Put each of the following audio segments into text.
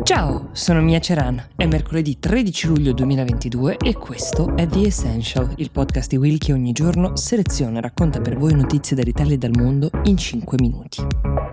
Ciao, sono Mia Ceran, è mercoledì 13 luglio 2022 e questo è The Essential, il podcast di Will che ogni giorno seleziona e racconta per voi notizie dall'Italia e dal mondo in 5 minuti.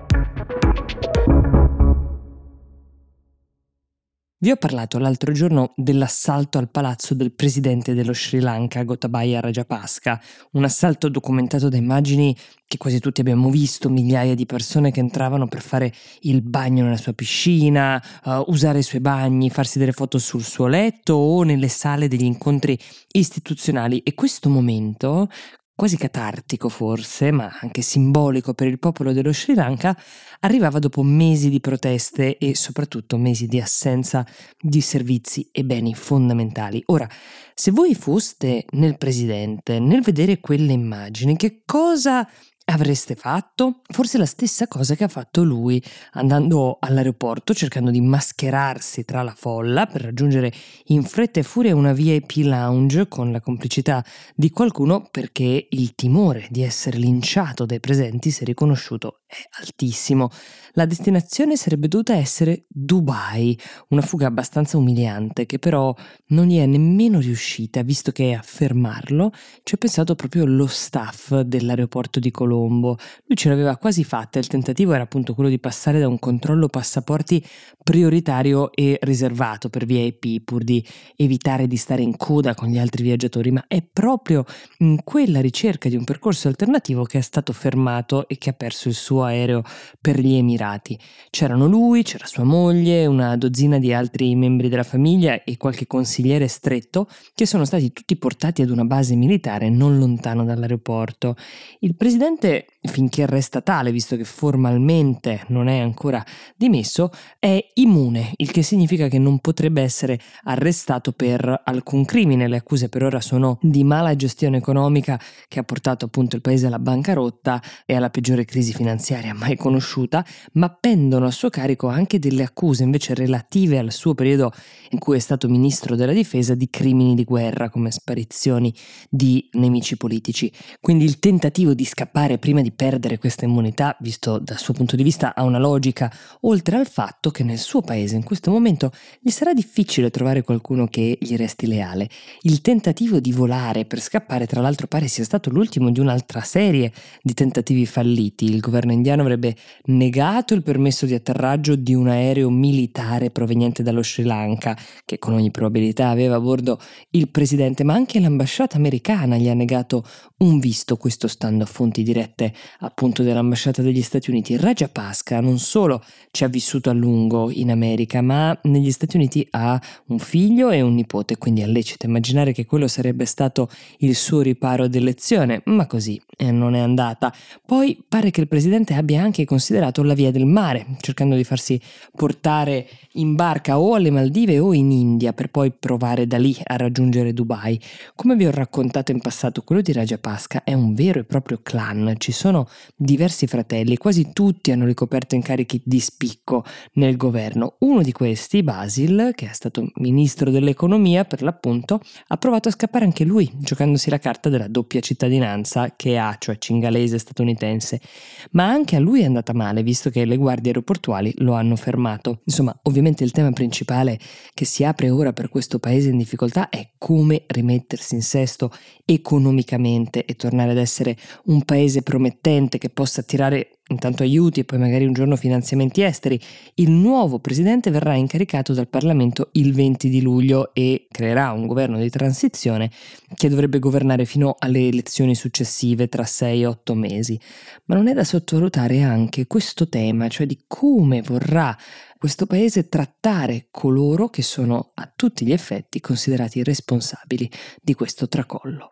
Vi ho parlato l'altro giorno dell'assalto al palazzo del presidente dello Sri Lanka, Gotabaya Rajapaksa, un assalto documentato da immagini che quasi tutti abbiamo visto, migliaia di persone che entravano per fare il bagno nella sua piscina, usare i suoi bagni, farsi delle foto sul suo letto o nelle sale degli incontri istituzionali. E questo momento, quasi catartico forse, ma anche simbolico per il popolo dello Sri Lanka, arrivava dopo mesi di proteste e soprattutto mesi di assenza di servizi e beni fondamentali. Ora, se voi foste nel presidente, nel vedere quelle immagini, che cosa avreste fatto? Forse la stessa cosa che ha fatto lui, andando all'aeroporto, cercando di mascherarsi tra la folla per raggiungere in fretta e furia una VIP lounge con la complicità di qualcuno, perché il timore di essere linciato dai presenti, se riconosciuto, è altissimo. La destinazione sarebbe dovuta essere Dubai, una fuga abbastanza umiliante che però non gli è nemmeno riuscita, visto che a fermarlo ci ha pensato proprio lo staff dell'aeroporto di Colombo. Lui ce l'aveva quasi fatta, il tentativo era appunto quello di passare da un controllo passaporti prioritario e riservato per VIP, pur di evitare di stare in coda con gli altri viaggiatori, ma è proprio in quella ricerca di un percorso alternativo che è stato fermato e che ha perso il suo aereo per gli Emirati. C'erano lui, c'era sua moglie, una dozzina di altri membri della famiglia e qualche consigliere stretto che sono stati tutti portati ad una base militare non lontano dall'aeroporto. Il presidente, finché resta tale, visto che formalmente non è ancora dimesso, è immune, il che significa che non potrebbe essere arrestato per alcun crimine. Le accuse per ora sono di mala gestione economica che ha portato appunto il paese alla bancarotta e alla peggiore crisi finanziaria mai conosciuta, ma pendono a suo carico anche delle accuse invece relative al suo periodo in cui è stato ministro della difesa di crimini di guerra come sparizioni di nemici politici. Quindi il tentativo di scappare prima di perdere questa immunità, visto dal suo punto di vista, ha una logica, oltre al fatto che nel suo paese in questo momento gli sarà difficile trovare qualcuno che gli resti leale. Il tentativo di volare per scappare, tra l'altro, pare sia stato l'ultimo di un'altra serie di tentativi falliti. Il governo indiano avrebbe negato il permesso di atterraggio di un aereo militare proveniente dallo Sri Lanka, che con ogni probabilità aveva a bordo il presidente, ma anche l'ambasciata americana gli ha negato un visto, questo stando a fonti dirette appunto dell'ambasciata degli Stati Uniti. Rajapaksa non solo ci ha vissuto a lungo in America, ma negli Stati Uniti ha un figlio e un nipote, quindi è lecito immaginare che quello sarebbe stato il suo riparo d'elezione, ma così non è andata. Poi pare che il presidente abbia anche considerato la via del mare, cercando di farsi portare in barca o alle Maldive o in India per poi provare da lì a raggiungere Dubai. Come vi ho raccontato in passato, quello di Rajapaksa è un vero e proprio clan. Ci sono diversi fratelli, quasi tutti hanno ricoperto incarichi di spicco nel governo. Uno di questi, Basil, che è stato ministro dell'economia per l'appunto, ha provato a scappare anche lui, giocandosi la carta della doppia cittadinanza che ha, cioè cingalese e statunitense. Ma anche a lui è andata male, visto che le guardie aeroportuali lo hanno fermato. Insomma, ovviamente il tema principale che si apre ora per questo paese in difficoltà è come rimettersi in sesto economicamente e tornare ad essere un paese promettente che possa attirare intanto aiuti e poi magari un giorno finanziamenti esteri. Il nuovo presidente verrà incaricato dal Parlamento il 20 di luglio e creerà un governo di transizione che dovrebbe governare fino alle elezioni successive tra 6-8 mesi. Ma non è da sottovalutare anche questo tema, cioè di come vorrà questo paese trattare coloro che sono a tutti gli effetti considerati responsabili di questo tracollo.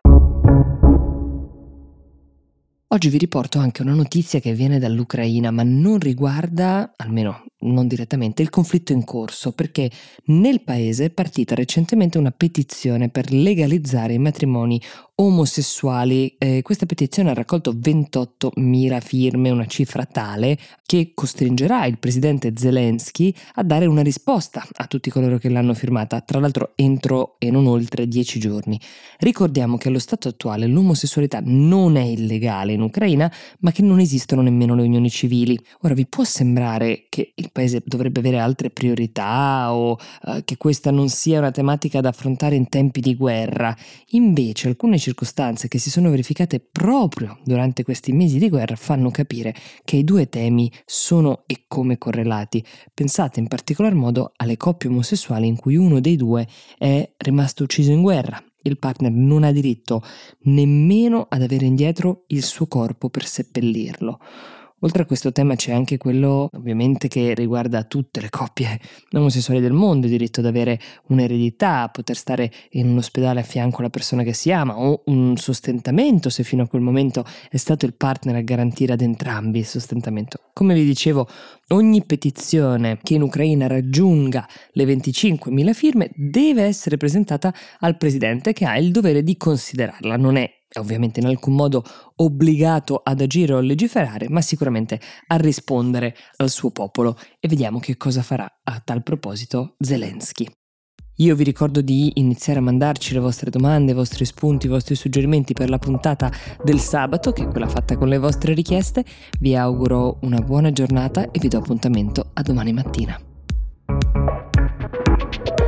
Oggi vi riporto anche una notizia che viene dall'Ucraina, ma non riguarda, almeno non direttamente, il conflitto in corso, perché nel paese è partita recentemente una petizione per legalizzare i matrimoni omosessuali. Questa petizione ha raccolto 28.000 firme, una cifra tale che costringerà il presidente Zelensky a dare una risposta a tutti coloro che l'hanno firmata, tra l'altro entro e non oltre 10 giorni. Ricordiamo che allo stato attuale l'omosessualità non è illegale in Ucraina, ma che non esistono nemmeno le unioni civili. Ora, vi può sembrare che il paese dovrebbe avere altre priorità o che questa non sia una tematica da affrontare in tempi di guerra? Invece alcune circostanze che si sono verificate proprio durante questi mesi di guerra fanno capire che i due temi sono e come correlati. Pensate in particolar modo alle coppie omosessuali in cui uno dei due è rimasto ucciso in guerra. Il partner non ha diritto nemmeno ad avere indietro il suo corpo per seppellirlo. Oltre a questo tema c'è anche quello, ovviamente, che riguarda tutte le coppie omosessuali del mondo: il diritto ad avere un'eredità, poter stare in un ospedale a fianco alla persona che si ama, o un sostentamento se fino a quel momento è stato il partner a garantire ad entrambi il sostentamento. Come vi dicevo, ogni petizione che in Ucraina raggiunga le 25.000 firme deve essere presentata al presidente, che ha il dovere di considerarla. Non è ovviamente in alcun modo obbligato ad agire o a legiferare, ma sicuramente a rispondere al suo popolo. E vediamo che cosa farà a tal proposito Zelensky. Io vi ricordo di iniziare a mandarci le vostre domande, i vostri spunti, i vostri suggerimenti per la puntata del sabato, che è quella fatta con le vostre richieste. Vi auguro una buona giornata e vi do appuntamento a domani mattina.